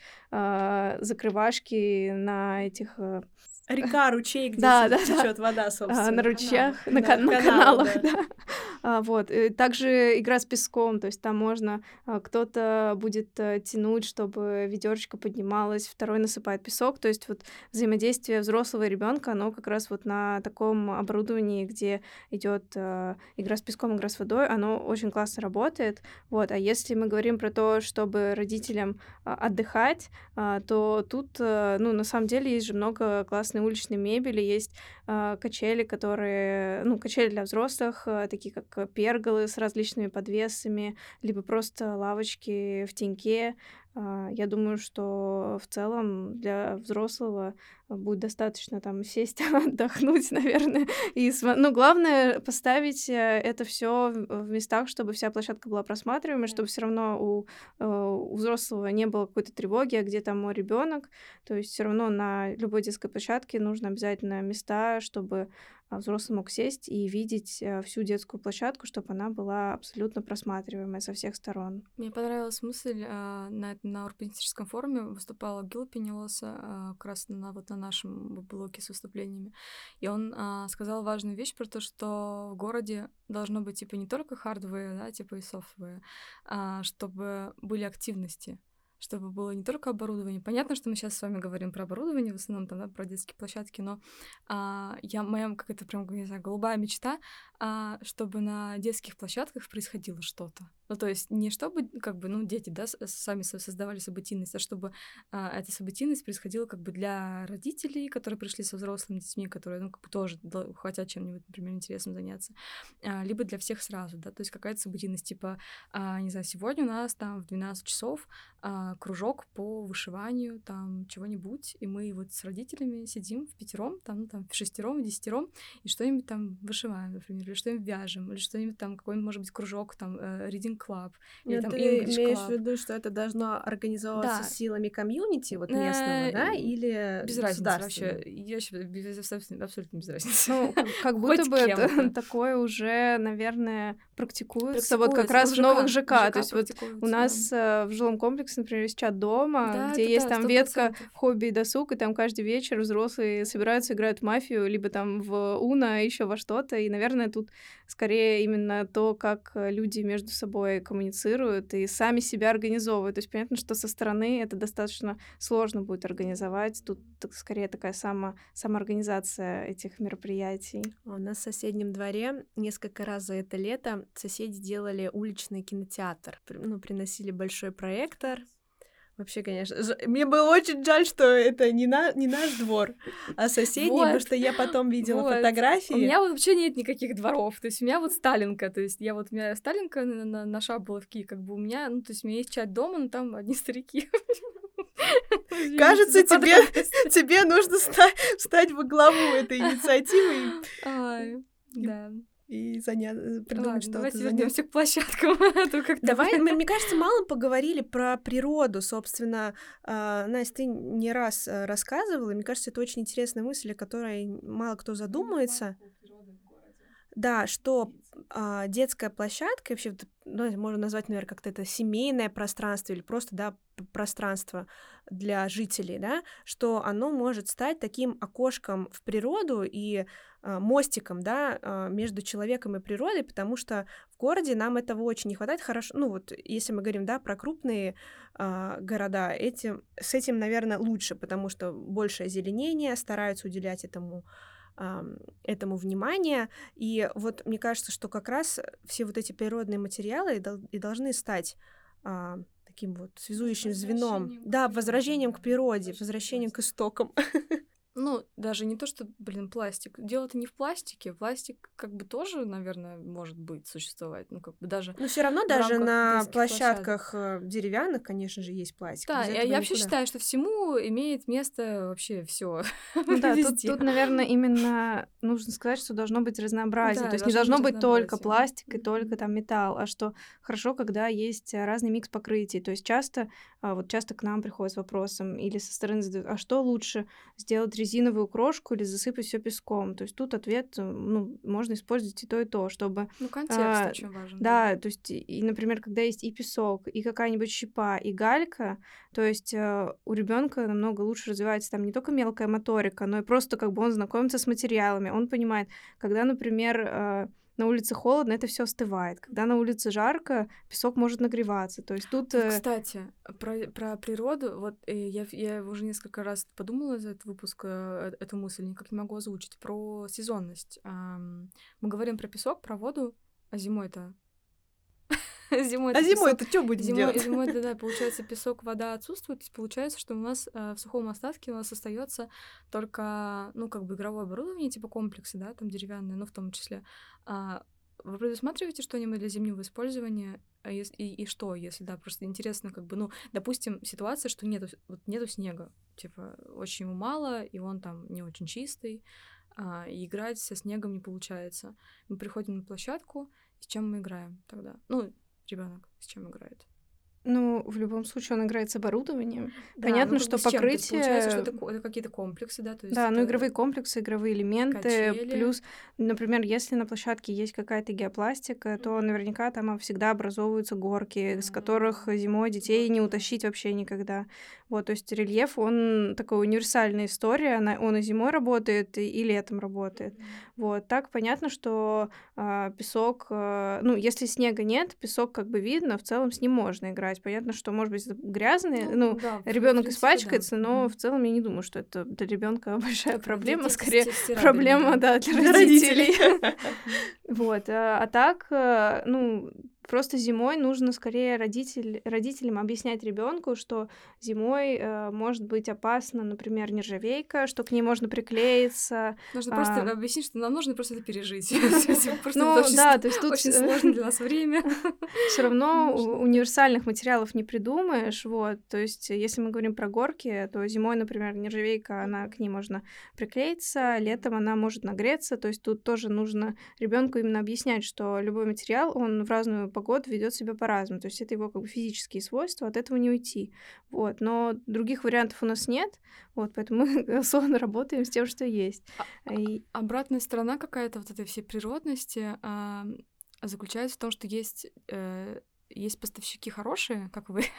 а, закрывашки на этих... а, Река, ручей, где Да, да, да. течет вода, а, собственно. на Каналы. ручьях, на, Да, кан- на каналы, каналах, да. да. А, вот. И также игра с песком, то есть там можно, а, кто-то будет э, тянуть, чтобы ведерочко поднималось, второй насыпает песок, то есть вот взаимодействие взрослого и ребенка, оно как раз вот на таком оборудовании, где идет э, игра с песком, игра с водой, оно очень классно работает. Вот. А если мы говорим про то, чтобы родителям а, отдыхать, а, то тут, э, ну, на самом деле есть же много классной уличной мебели, есть а, качели, которые, ну, качели для взрослых, а, такие как э, перголы с различными подвесами, либо просто лавочки в теньке. А, Я думаю, что в целом для взрослого будет достаточно там сесть, отдохнуть, наверное. И, сма- ну, главное поставить э, это все в местах, чтобы вся площадка была просматриваемой, чтобы все равно у, э, у взрослого не было какой-то тревоги, а где там мой ребенок. То есть все равно на любой детской площадке нужно обязательно места, чтобы а, взрослый мог сесть и видеть э, всю детскую площадку, чтобы она была абсолютно просматриваемая со всех сторон. Мне понравилась мысль, а, на, эт- на урбанистическом форуме выступала Гил Пенелоса, а, как раз на, вот на нашем б- блоке с выступлениями. И он а, сказал важную вещь про то, что в городе должно быть типа не только хардвер, да, типа и софтвер, а, чтобы были активности, чтобы было не только оборудование. Понятно, что мы сейчас с вами говорим про оборудование, в основном там, да, про детские площадки, но а, я, моя какая-то прям, не знаю, голубая мечта, а, чтобы на детских площадках происходило что-то. Ну, то есть не чтобы, как бы, ну, дети, да, с- сами со- создавали событийность, а чтобы а, эта событийность происходила как бы для родителей, которые пришли со взрослыми детьми, которые, ну, как бы тоже дол- хотят чем-нибудь, например, интересным заняться, а, либо для всех сразу, да, то есть какая-то событийность, типа, а, не знаю, сегодня у нас там в двенадцать часов а, кружок по вышиванию там чего-нибудь, и мы вот с родителями сидим в пятером, там, ну, там, в шестером, в десятером, и что-нибудь там вышиваем, например, или что-нибудь вяжем, или что-нибудь там, какой-нибудь, может быть, кружок, там, э, reading club, или Ну, там ты English имеешь в club. виду, что это должно организовываться Да, силами комьюнити вот местного, э, да, или без разницы вообще, государственным? я вообще без- абсолютно, абсолютно без разницы. Ну, как, как будто Хоть бы это кем-то. такое уже, наверное, практикуется вот как Практикуется, ну, раз в в новых ЖК, в ЖК. То ЖК есть вот у практикуется, да. нас э, в жилом комплексе, например, есть чат дома, Да, где да, есть да, там сто ветка процентов. хобби и досуг, и там каждый вечер взрослые собираются, играют в мафию, либо там в Уно, еще во что-то. И, наверное, тут скорее именно то, как э, люди между собой коммуницируют и сами себя организовывают. То есть понятно, что со стороны это достаточно сложно будет организовать. Тут так- скорее такая само, самоорганизация этих мероприятий. У нас в соседнем дворе несколько раз за это лето соседи делали уличный кинотеатр. При- Ну, приносили большой проектор, Вообще, конечно. Ж- Мне было очень жаль, что это не, на... не наш двор, а соседний, Вот. потому что я потом видела Вот. фотографии. У меня вот вообще нет никаких дворов, то есть у меня вот Сталинка, то есть я вот, у меня Сталинка на, на, на Шаболовке, как бы у меня, ну, то есть у меня есть часть дома, но там одни старики. Извините Кажется, за тебе, подробности. тебе нужно ста- встать во главу этой инициативы Ай, да. и, и заня... придумать Ладно, что-то. давайте занять. вернемся к площадкам. а то как-то Давай, мы- мы, мне кажется, мало поговорили про природу, собственно. А, Настя, ты не раз а, рассказывала, и мне кажется, это очень интересная мысль, о которой мало кто задумывается. Да, что а, детская площадка, вообще, вот, ну, можно назвать, наверное, как-то это семейное пространство или просто, да, п- пространство для жителей, да, что оно может стать таким окошком в природу и а, мостиком, да, а, между человеком и природой, потому что в городе нам этого очень не хватает. Хорошо, ну вот, если мы говорим, да, про крупные а, города, этим, с этим, наверное, лучше, потому что больше озеленения, стараются уделять этому ам, этому внимание. И вот мне кажется, что как раз все вот эти природные материалы и, дол- и должны стать а, таким вот связующим звеном. Возвращением к Да, природе, возвращением да, к природе, точно возвращением к согласна. истокам. Ну, даже не то, что, блин, пластик. Дело-то не в пластике. Пластик как бы тоже, наверное, может быть, существовать. Ну, как бы даже Но все равно в даже рамках на детских площадок. площадках э, деревянных, конечно же, есть пластик. Да, Без я, этого я вообще никуда. считаю, что всему имеет место вообще все Ну да, тут, везде. тут, наверное, именно нужно сказать, что должно быть разнообразие. Да, То есть не должно должно быть быть только разнообразие. пластик и только Мгм. там металл, а что хорошо, когда есть а, разный микс покрытий. То есть часто, а, вот часто к нам приходят с вопросом или со стороны задают, а что лучше, сделать резиновую крошку или засыпать все песком? То есть тут ответ, э, ну, можно использовать и то, и то, чтобы Ну, контекст а, очень важен, да. да, то есть, и, например, когда есть и песок, и какая-нибудь щепа, и галька, то есть э, у ребенка намного лучше развивается там не только мелкая моторика, но и просто как бы он знакомится с материалами, он понимает, когда, например, э, на улице холодно, это все остывает, когда на улице жарко, песок может нагреваться, то есть тут... Вот, э, кстати, про, про природу, вот э, я, я уже несколько раз подумала за этот выпуск, э, эту мысль, никак не могу озвучить, про сезонность. Ам, мы говорим про песок, про воду, а зимой-то... Зимой А это зимой песок. это что будем Зимой, делать? зимой да, да, получается, песок, вода отсутствует. То есть получается, что у нас э, в сухом остатке у нас остается только, ну, как бы игровое оборудование, типа комплексы, да, там деревянные, ну, в том числе. А вы предусматриваете что-нибудь для зимнего использования? А ес- и, и что, если, да, просто интересно, как бы, ну, допустим, ситуация, что нету, вот нету снега, типа, очень его мало, и он там не очень чистый, а, и играть со снегом не получается. Мы приходим на площадку, и с чем мы играем тогда? Ну, ребенок с чем играет? Ну, в любом случае он играет с оборудованием. Да, Понятно, ну как что бы с чем? То есть получается, что покрытие... это, ко- это какие-то комплексы, да, то есть Да, ну игровые это комплексы, игровые элементы, качели. плюс, например, если на площадке есть какая-то геопластика, то Мгм. наверняка там всегда образовываются горки, с которых зимой детей Вот, не да. утащить вообще никогда. Вот, то есть рельеф, он такой универсальная история, она, он и зимой работает, и, и летом работает. Мгм. Вот, так понятно, что а, песок, а, ну, если снега нет, песок как бы видно, в целом с ним можно играть. Понятно, что, может быть, это грязный, Ну, ну, да, в, в ребенок принципе, да. испачкается, но Мгм. в целом я не думаю, что это для ребенка большая Для проблема, детей скорее с стирабельными, проблема, да. да, для Для родителей. родителей. Мгм. Вот, а а так, э, ну, просто зимой нужно скорее родитель, родителям объяснять ребенку, что зимой э, может быть опасно, например, нержавейка, что к ней можно приклеиться. Нужно просто а, объяснить, что нам нужно просто это пережить. Просто это Ну очень да, сло- то есть тут очень сложно для нас время. все равно Нужно, у- да. универсальных материалов не придумаешь, вот. То есть, если мы говорим про горки, то зимой, например, нержавейка, она к ней можно приклеиться, летом она может нагреться. То есть тут тоже нужно ребенку именно объяснять, что любой материал, он в разную погоду ведет себя по-разному. То есть это его как бы физические свойства, от этого не уйти. Вот. Но других вариантов у нас нет, вот, поэтому мы условно работаем с тем, что есть. А- а- И Обратная сторона какая-то вот этой всей природности а, заключается в том, что есть, э, есть поставщики хорошие, как вы,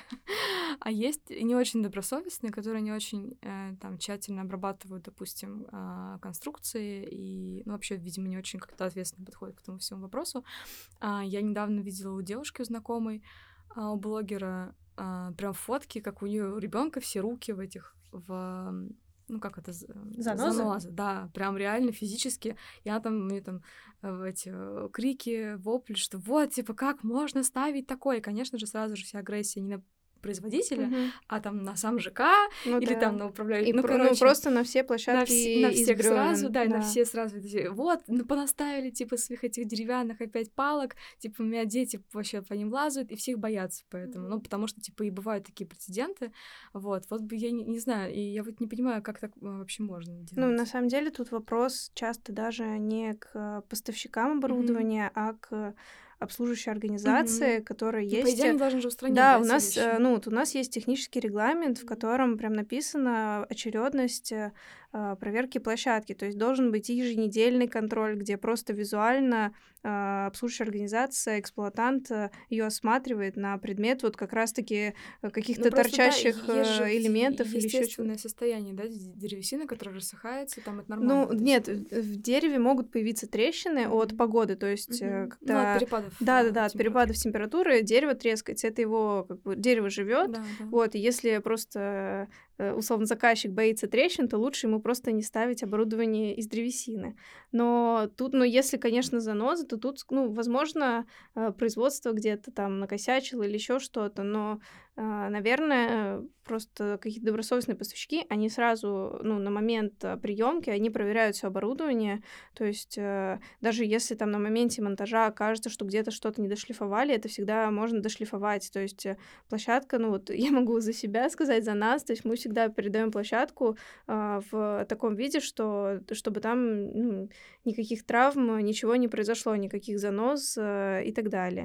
а есть не очень добросовестные, которые не очень э, там тщательно обрабатывают, допустим, а, конструкции и, ну, вообще, видимо, не очень как-то ответственно подходят к этому всему вопросу. А, я недавно видела у девушки, у знакомой, а, у блогера, а, прям фотки, как у нее у ребенка все руки в этих, в ну как это з- Занозы? занозы, да, прям реально физически. Я там, мне там э, в эти э, крики, вопли, что вот, типа, как можно ставить такое? И, конечно же, сразу же вся агрессия не на производителя, Мгм. а там на сам ЖК Ну или да. там на управляющего. И Ну, про- ну, короче, просто на все на, площадки вс- на из всех сразу, брёвен, да, и на да. все сразу. эти, Вот, ну, понаставили, типа, своих этих деревянных опять палок, типа, у меня дети вообще по ним лазают, и всех боятся поэтому. Ну, потому что, типа, и бывают такие прецеденты. Вот, вот бы я не, не знаю, и я вот не понимаю, как так э, вообще можно Ну, делать. на самом деле тут вопрос часто даже не к поставщикам Мгм. оборудования, а к обслуживающей организации, Мгм. которая Ну, по есть. идее, э, они должны же устранять, Да, да, у эти нас, э, вещи. ну, вот у нас есть технический регламент, в Мгм. котором прям написана очередность э, а, проверки площадки. То есть должен быть еженедельный контроль, где просто визуально а, обслуживающая организация, эксплуатант ее осматривает на предмет вот как раз-таки э, Ну, каких-то просто, да, торчащих е- есть же э, в- элементов или еще чего-то. естественное состояние, да, д- древесины, которая рассыхается, там это Ну, нормально. То нет, есть, в в дереве могут появиться трещины от мгм. погоды, то есть, э, Мгм. Ну, от когда перепадов э, да-да-да, от температуры. перепадов температуры дерево трескается, это его как бы дерево живет, Да, да. вот, и если просто э, условно заказчик боится трещин, то лучше ему просто не ставить оборудование из древесины. Но тут, ну, если, конечно, заноза, то тут, ну, возможно, э, производство где-то там накосячило или еще что-то, но, э, наверное, просто какие-то добросовестные поставщики, они сразу, ну, на момент приемки, они проверяют все оборудование, то есть э, даже если там на моменте монтажа окажется, что где-то что-то не дошлифовали, это всегда можно дошлифовать, то есть э, площадка, ну вот я могу за себя сказать, за нас, то есть мы всегда передаем площадку а, в таком виде, что чтобы там ну, никаких травм, ничего не произошло, никаких занос э, и так далее.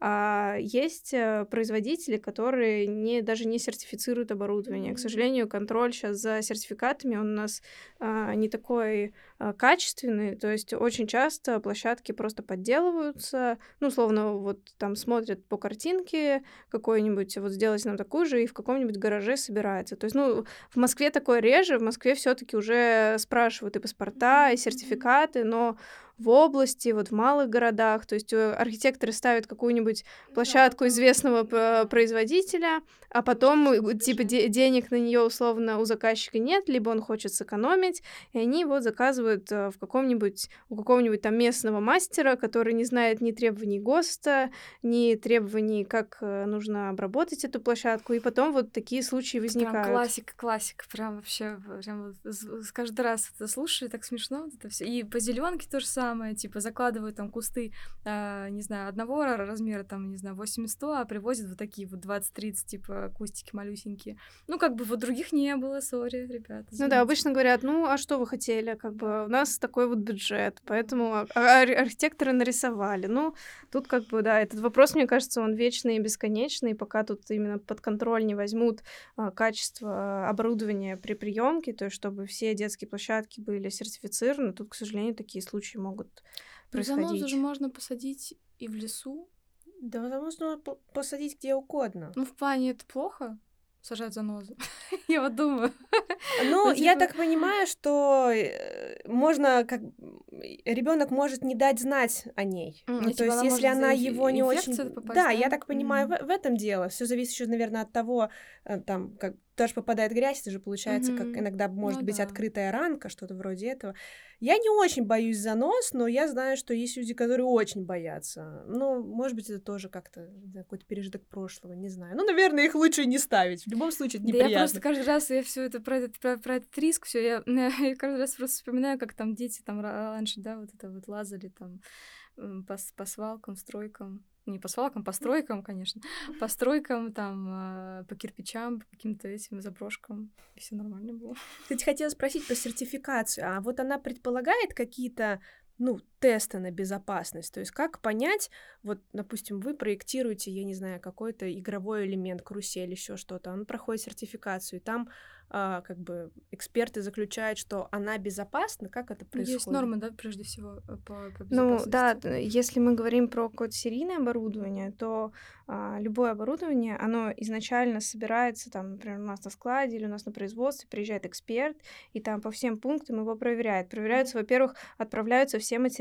А есть э, производители, которые не, даже не сертифицируют оборудование. К Мгм. сожалению, контроль сейчас за сертификатами, он у нас а, не такой а, качественный, то есть очень часто площадки просто подделываются, ну, условно, вот там смотрят по картинке какой-нибудь, вот сделайте нам такую же, и в каком-нибудь гараже собирается. То есть, ну, в Москве такое реже, в Москве все таки уже спрашивают и паспорта, и Мгм. сертификаты, но в области, вот в малых городах, то есть э, архитекторы ставят какую-нибудь Ну да, площадку потом, известного п- да, производителя, а очень потом, часто э, типа, дешевле. де- денег на нее условно у заказчика нет, либо он хочет сэкономить, и они вот заказывают э, в каком-нибудь, у какого-нибудь там местного мастера, который не знает ни требований ГОСТа, ни требований, как э, нужно обработать эту площадку, и потом вот такие случаи Это прям возникают. классика, классика, прям вообще, прям вот з- з- каждый раз это слушаю, так смешно вот это все. И по зеленке то же самое, типа закладывают там кусты, а, не знаю, одного ра- размера, там, не знаю, восемьдесят-сто, а привозят вот такие вот двадцать-тридцать, типа кустики малюсенькие. Ну, как бы вот других не было, сори, ребята, Ну да, извините. обычно говорят, ну а что вы хотели, как бы у нас такой вот бюджет, поэтому а- а- ар- архитекторы нарисовали. Ну, тут как бы, да, этот вопрос, мне кажется, он вечный и бесконечный, пока тут именно под контроль не возьмут а, качество оборудования при приемке, то есть чтобы все детские площадки были сертифицированы, тут, к сожалению, такие случаи могут Ну, занозу же происходить. можно посадить и в лесу. Да, возможно, по- посадить где угодно. Ну, в плане это плохо сажать занозу. Я вот думаю. Ну, Ну, я типа, так понимаю, что э, можно, как ребенок может не дать знать о ней. м, Ну, и то типа есть, она если может она за инфе- его не очень... инфекцию попасть, Да, я да? так понимаю, М. в, в этом дело. Все зависит еще, наверное, от того, э, там, как даже попадает грязь, это же получается, как Мгм. иногда может Ну быть да. открытая ранка, что-то вроде этого. Я не очень боюсь занос, но я знаю, что есть люди, которые очень боятся. Ну, может быть, это тоже как-то не знаю, какой-то пережиток прошлого, не знаю. Ну, наверное, их лучше не ставить. В любом случае, это Да я просто неприятно. каждый раз я все это про этот, про, про этот риск, все я, я каждый раз просто вспоминаю, как там дети там ра- раньше, да, вот это вот лазали там м, по, с- по свалкам, стройкам. Не по свалкам, по стройкам, конечно. По стройкам, там, а, по кирпичам, по каким-то этим заброшкам. И все нормально было. Кстати, хотела спросить про сертификацию. А вот она предполагает какие-то, ну, тесты на безопасность? То есть как понять, вот, допустим, вы проектируете, я не знаю, какой-то игровой элемент, карусель, еще что-то, он проходит сертификацию, и там а, как бы эксперты заключают, что она безопасна, как это Ну, есть происходит? нормы, да, прежде всего, э, по, по Ну да, безопасности. т- если мы говорим про какое-то серийное оборудование, то а, любое оборудование, оно изначально собирается, там, например, у нас на складе или у нас на производстве, приезжает эксперт, и там по всем пунктам его проверяет. Проверяются, во-первых, отправляются все материалы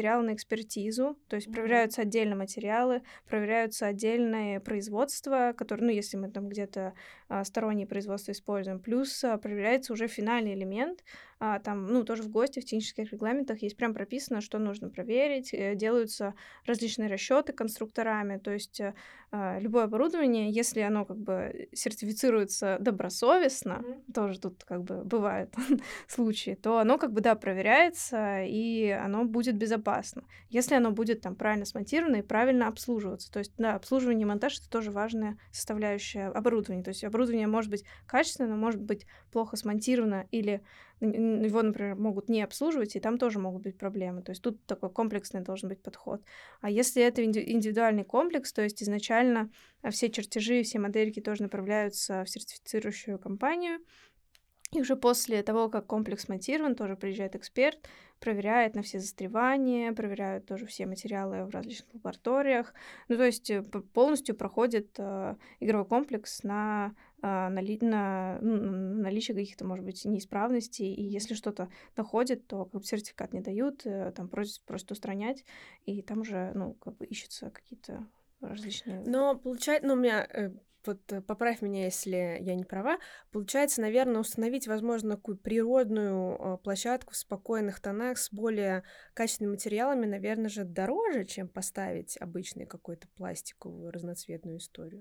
материалы на экспертизу, то есть mm-hmm. проверяются отдельно материалы, проверяются отдельные производства, которые, ну, если мы там где-то а, сторонние производства используем, плюс а, проверяется уже финальный элемент, а, там, ну, тоже в ГОСТе, в технических регламентах есть прям прописано, что нужно проверить, делаются различные расчеты конструкторами, то есть а, любое оборудование, если оно как бы сертифицируется добросовестно, mm-hmm. тоже тут как бы бывают случаи, то оно как бы, да, проверяется, и оно будет безопасно, если оно будет там правильно смонтировано и правильно обслуживаться. То есть, да, обслуживание и монтаж — это тоже важная составляющая оборудования. То есть оборудование может быть качественно, может быть плохо смонтировано, или его, например, могут не обслуживать, и там тоже могут быть проблемы. То есть тут такой комплексный должен быть подход. А если это индивидуальный комплекс, то есть изначально все чертежи, все модельки тоже направляются в сертифицирующую компанию, и уже после того, как комплекс смонтирован, тоже приезжает эксперт, проверяет на все застревания, проверяют тоже все материалы в различных лабораториях. Ну, то есть полностью проходит э, игровой комплекс на, э, нали, на, ну, на наличие каких-то, может быть, неисправностей. И если что-то находит, то как бы сертификат не дают, э, там просят, просят устранять, и там уже, ну, как бы ищутся какие-то различные... Но получается, ну, у меня... Э... Вот поправь меня, если я не права. Получается, наверное, установить, возможно, такую природную площадку в спокойных тонах с более качественными материалами, наверное же, дороже, чем поставить обычную какую-то пластиковую разноцветную историю.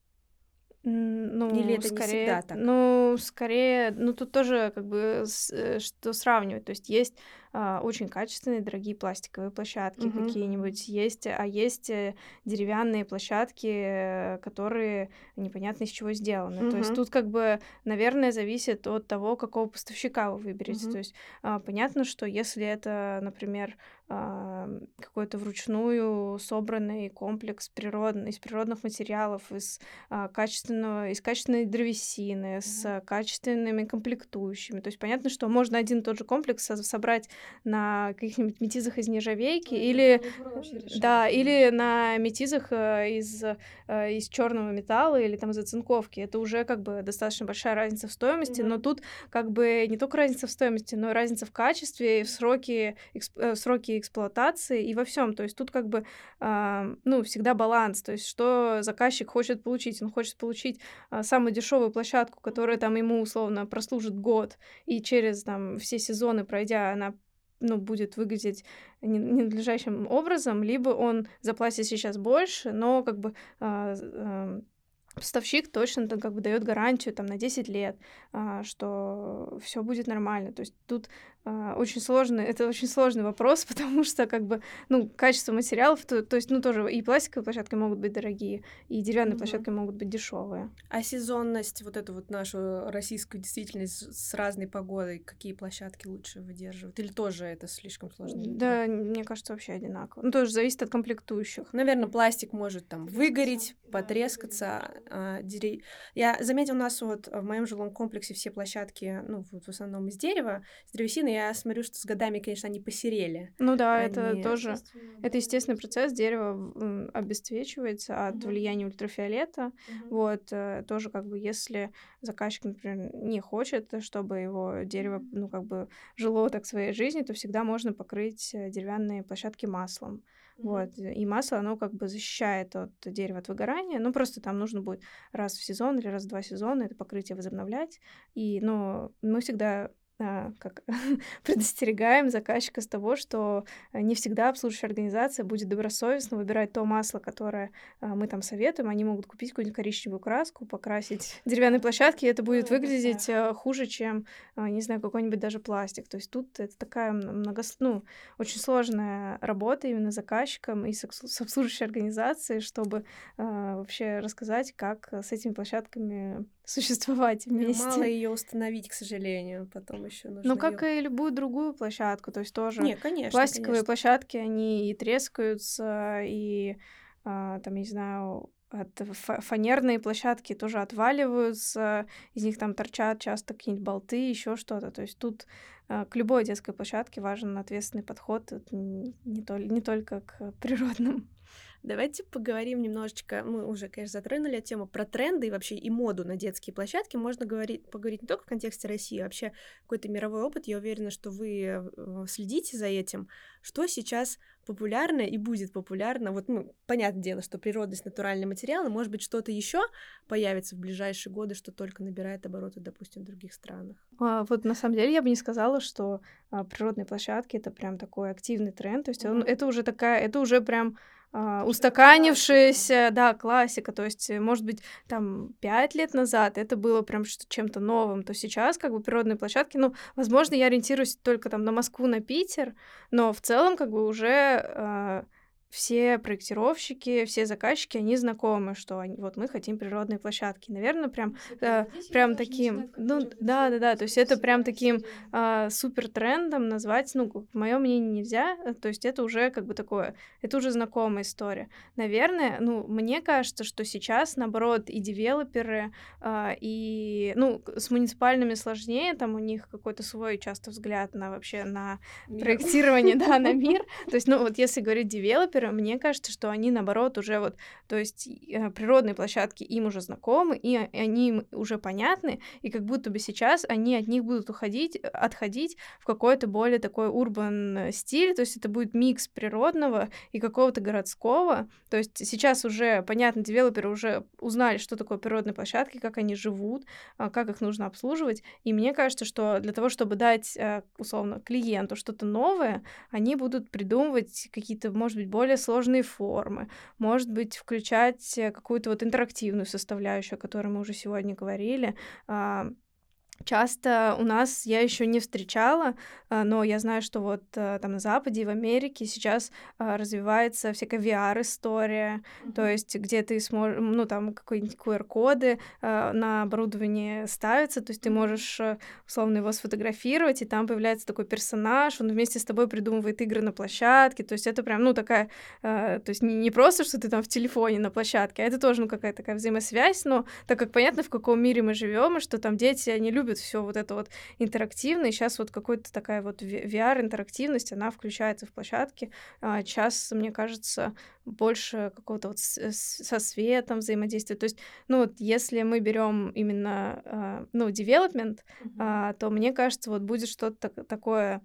Ну, Или это скорее, не всегда так? Ну, скорее, ну, тут тоже как бы с, что сравнивать. То есть есть а, очень качественные, дорогие пластиковые площадки Мгм. какие-нибудь, есть, а есть э, деревянные площадки, э, которые непонятно из чего сделаны. То есть Мгм. тут как бы, наверное, зависит от того, какого поставщика вы выберете. Мгм. То есть а, понятно, что если это, например, а, какой-то вручную собранный комплекс природный, из природных материалов, из а, качественного, из качественной древесины, с Мгм. а, качественными комплектующими. То есть понятно, что можно один и тот же комплекс со- собрать на каких-нибудь метизах из нержавейки Ой, или, гарнитура вообще решает, да, конечно. или на метизах э, из, э, из черного металла или там из оцинковки. Это уже как бы достаточно большая разница в стоимости, но Мгм. тут как бы не только разница в стоимости, но и разница в качестве, и в сроке, эксп- э, в сроке эксплуатации и во всем. То есть тут как бы а, ну, всегда баланс. То есть что заказчик хочет получить? Он хочет получить а, самую дешевую площадку, которая там ему условно прослужит год, и через там все сезоны пройдя, она ну, будет выглядеть не- ненадлежащим образом, либо он заплатит сейчас больше, но как бы а, з- ам, поставщик точно там, как бы дает гарантию там на десять лет, а, что все будет нормально. То есть тут а, очень сложный, это очень сложный вопрос, потому что как бы, ну, качество материалов, то, то есть, ну, тоже и пластиковые площадки могут быть дорогие, и деревянные Мгм. площадки могут быть дешевые. А сезонность, вот эту вот нашу российскую действительность с с разной погодой, какие площадки лучше выдерживают? Или тоже это слишком сложно выбрать? Да, мне кажется, вообще одинаково. Ну, тоже зависит от комплектующих. Наверное, пластик может там выгореть, потрескаться. а, дере- Я заметила, у нас вот в моем жилом комплексе все площадки, ну, вот в основном из дерева, из древесины. Я смотрю, что с годами, конечно, они посерели. Ну да, это Они... тоже, Естественно, это да, естественный конечно. процесс, дерево м, обесцвечивается от Мгм. влияния ультрафиолета. Мгм. Вот, э, тоже как бы, если заказчик, например, не хочет, чтобы его дерево, ну, как бы жило так своей жизнью, то всегда можно покрыть э, деревянные площадки маслом. Мгм. Вот, и масло, оно как бы защищает от дерева от выгорания, ну, просто там нужно будет раз в сезон или раз в два сезона это покрытие возобновлять, и, но мы всегда а, как предостерегаем заказчика с того, что э, не всегда обслуживающая организация будет добросовестно выбирать то масло, которое а, мы там советуем. Они могут купить какую-нибудь коричневую краску, покрасить деревянные площадки, и это будет Ну, это выглядеть страх. э, хуже, чем, а, не знаю, какой-нибудь даже пластик. То есть тут это такая много, ну, очень сложная работа именно с заказчиком и с обслу- с обслуживающей организацией, чтобы а, вообще рассказать, как э, с этими площадками существовать Мало вместе. ее установить, к сожалению. Потом еще Ну, нужно как ее... и любую другую площадку, то есть тоже Не, конечно, пластиковые конечно. площадки, они и трескаются, и а, там, я не знаю, от фа- фанерные площадки тоже отваливаются, из них там торчат часто какие-нибудь болты, еще что-то. То есть тут а, к любой детской площадке важен ответственный подход, это н- не, тол- не только к природным. Давайте поговорим немножечко, мы уже, конечно, затронули эту тему, про тренды и вообще и моду на детские площадки. Можно говорить, поговорить не только в контексте России, а вообще какой-то мировой опыт. Я уверена, что вы э, следите за этим. Что сейчас популярно и будет популярно? Вот, ну, понятное дело, что природность, натуральные материалы, может быть, что-то еще появится в ближайшие годы, что только набирает обороты, допустим, в других странах. А, вот на самом деле я бы не сказала, что а, природные площадки это прям такой активный тренд. То есть он, Мгм. это уже такая, это уже прям а, устаканившаяся, да, классика. То есть, э, может быть, там пять лет назад это было прям что- чем-то новым, то сейчас как бы природные площадки, ну, возможно, я ориентируюсь только там на Москву, на Питер, но в целом как бы уже а, все проектировщики, все заказчики, они знакомы, что они, вот мы хотим природные площадки. Наверное, прям э, прям таким, ну, да, да, да, то есть это прям таким а, супер трендом назвать, ну, в моем мнении нельзя, э, то есть это уже как бы такое, это уже знакомая история. Наверное, ну, мне кажется, что сейчас, наоборот, и девелоперы, а, и, ну, к- с муниципальными сложнее, там у них какой-то свой часто взгляд на вообще на Мир. проектирование, да, на мир. То есть, ну, вот если говорить девелоперы, мне кажется, что они, наоборот, уже вот, то есть э, природные площадки им уже знакомы, и о- они им уже понятны, и как будто бы сейчас они от них будут уходить, э, отходить в какой-то более такой урбан стиль, то есть это будет микс природного и какого-то городского. То есть сейчас уже, понятно, девелоперы уже узнали, что такое природные площадки, как они живут, а, как их нужно обслуживать, и мне кажется, что для того, чтобы дать, э, условно, клиенту что-то новое, они будут придумывать какие-то, может быть, более сложные формы, может быть, включать э, какую-то вот интерактивную составляющую, о которой мы уже сегодня говорили. А, Часто у нас я еще не встречала, а, но я знаю, что вот э, там на Западе и в Америке сейчас а, развивается всякая ви ар-история, то есть где ты сможешь, ну там какие-нибудь ку ар-коды а, на оборудование ставятся, то есть ты Мгм. можешь э, условно его сфотографировать, и там появляется такой персонаж, он вместе с тобой придумывает игры на площадке, то есть это прям, ну такая, э, то есть не, не просто, что ты там в телефоне на площадке, а это тоже, ну какая-то такая взаимосвязь, но так как понятно, в каком мире мы живем, и что там дети, они любят все вот это вот интерактивное, и сейчас вот какая-то такая вот ви ар-интерактивность, она включается в площадки. А, щас, мне кажется, больше какого-то вот с с со светом взаимодействия. То есть, ну, вот если мы берем именно, а, ну, development, Мгм. а, то, мне кажется, вот будет что-то так такое,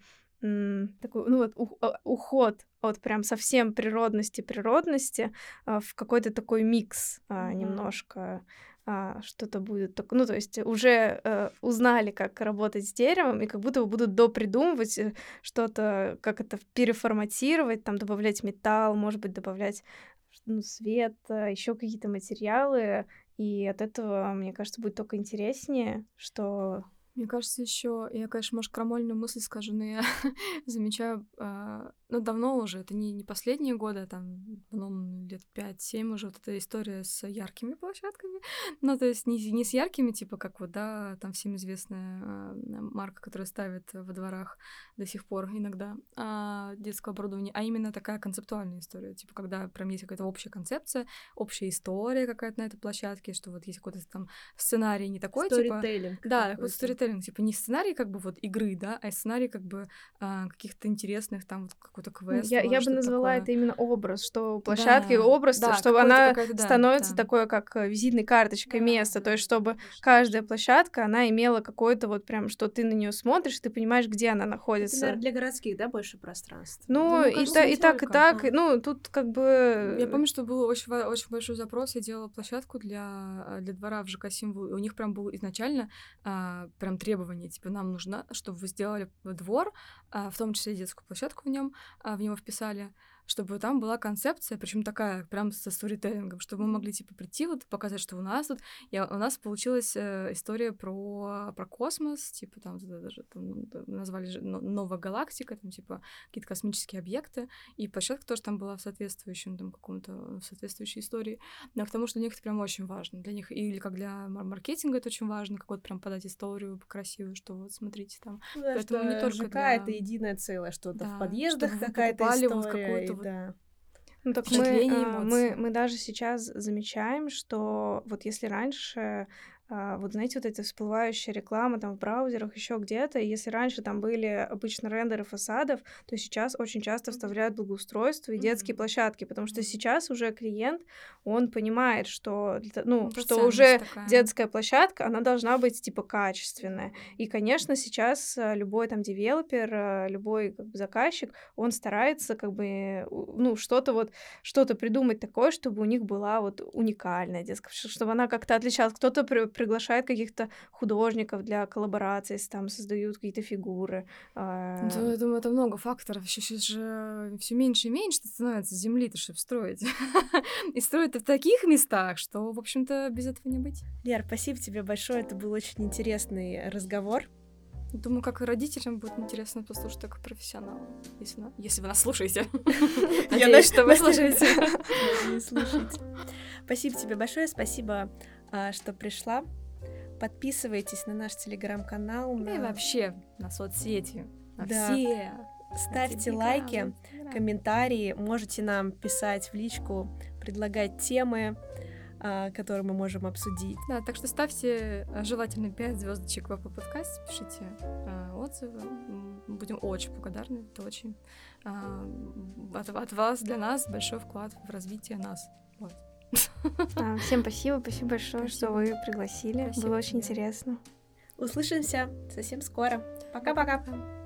м, такой, ну, вот ух а, уход от прям совсем природности природности, а, в какой-то такой микс, а, Мгм. немножко а, что-то будет так, ну, то есть уже э, узнали, как работать с деревом, и как будто бы будут допридумывать э, что-то, как это переформатировать, там добавлять металл, может быть, добавлять ш- ну, свет, еще какие-то материалы, и от этого, мне кажется, будет только интереснее, что... Мне кажется, еще, я, конечно, может, крамольную мысль скажу, но я замечаю, а, ну, давно уже, это не, не последние годы, а там, ну, лет пять-семь уже вот эта история с яркими площадками. Ну, то есть не, не с яркими, типа, как вот, да, там всем известная а, марка, которая ставит во дворах до сих пор иногда а, детское оборудование, а именно такая концептуальная история, типа, когда прям есть какая-то общая концепция, общая история какая-то на этой площадке, что вот есть какой-то там сценарий не такой, типа... Сторителлинг Да, какой-то. вот сторителлинг, типа не сценарий как бы вот игры, да, а сценарий как бы а, каких-то интересных там вот какой-то Ну, квест, Я, я может, бы что-то назвала такое. это именно образ, что у площадки Да, образ, да, чтобы какой-то она какая-то, да, становится да. такой, как э, визитной карточкой Да, места. да, То есть, да, чтобы точно, каждая точно. площадка, она имела какой-то вот прям, что ты на нее смотришь, ты понимаешь, где она Это, находится. наверное, для городских, да, больше пространств? Да, Ну, мне и, кажется, та- не и так, и только. так. А. Ну, тут как Я бы... помню, что был очень, ва- очень большой запрос. Я делала площадку для, для двора в ЖК «Символ», и у них прям было изначально а, прям требование, типа, нам нужно, чтобы вы сделали двор, а, в том числе детскую площадку в нем, а, в него вписали, чтобы там была концепция, причем такая, прям со сторителлингом, чтобы мы могли, типа, прийти вот показать, что у нас тут, я, у нас получилась э, история про, про космос, типа, там, вот это даже там, ну, назвали же «Но- «Новая галактика», там, типа, какие-то космические объекты, и площадка тоже там была в соответствующем, там, каком-то, в соответствующей истории, но к тому, что для них это прям очень важно, для них, или как для мар- маркетинга это очень важно, как вот прям подать историю красивую, что вот, смотрите, там, Ну да, поэтому что не только ЖК для... это единое целое, что-то в Да, подъездах чтобы вы какая-то покупали вот история, какую-то и вот да. Ну так мы, впечатление, а, мы, эмоции. мы даже сейчас замечаем, что вот если раньше а, вот знаете, вот эта всплывающая реклама там в браузерах, еще где-то, и если раньше там были обычно рендеры фасадов, то сейчас очень часто вставляют благоустройство и детские Мгм. площадки, потому что Мгм. сейчас уже клиент, он понимает, что, для то- ну, Это что ценность уже такая. детская площадка, она должна быть типа качественная. И, конечно, сейчас э, любой там девелопер, э, любой как бы, заказчик, он старается как бы, у- ну, что-то вот, что-то придумать такое, чтобы у них была вот уникальная детская, ш- чтобы она как-то отличалась. Кто-то при- приглашает каких-то художников для коллабораций, с- там создают какие-то фигуры. Ну, а, то, я думаю, это много факторов. Еще сейчас же все меньше и меньше становится земли-то, чтобы строить. И строят в таких местах, что, в общем-то, без этого не быть. Лер, спасибо тебе большое, это был очень интересный разговор. Думаю, как и родителям будет интересно послушать как профессионала, если, на- если вы нас слушаете. Я Надеюсь, что вы надеюсь, слушаете. Надеюсь, слушайте. Спасибо тебе большое, спасибо, а, что пришла. Подписывайтесь на наш телеграм-канал. Да и на- вообще на соцсети, на Да. все. Ставьте Телеграм, лайки, Инстаграм. комментарии, можете нам писать в личку, предлагать темы, а, которые мы можем обсудить. Да, так что ставьте э, желательно пять звездочек в Apple подкасте, пишите э, отзывы. М, Будем очень благодарны, это очень а, от, от вас для нас большой вклад в развитие нас. Вот. а, Всем спасибо, спасибо большое, что Спасибо. вы пригласили. Спасибо Было очень тебе. интересно. Услышимся совсем скоро. Пока-пока. Пока.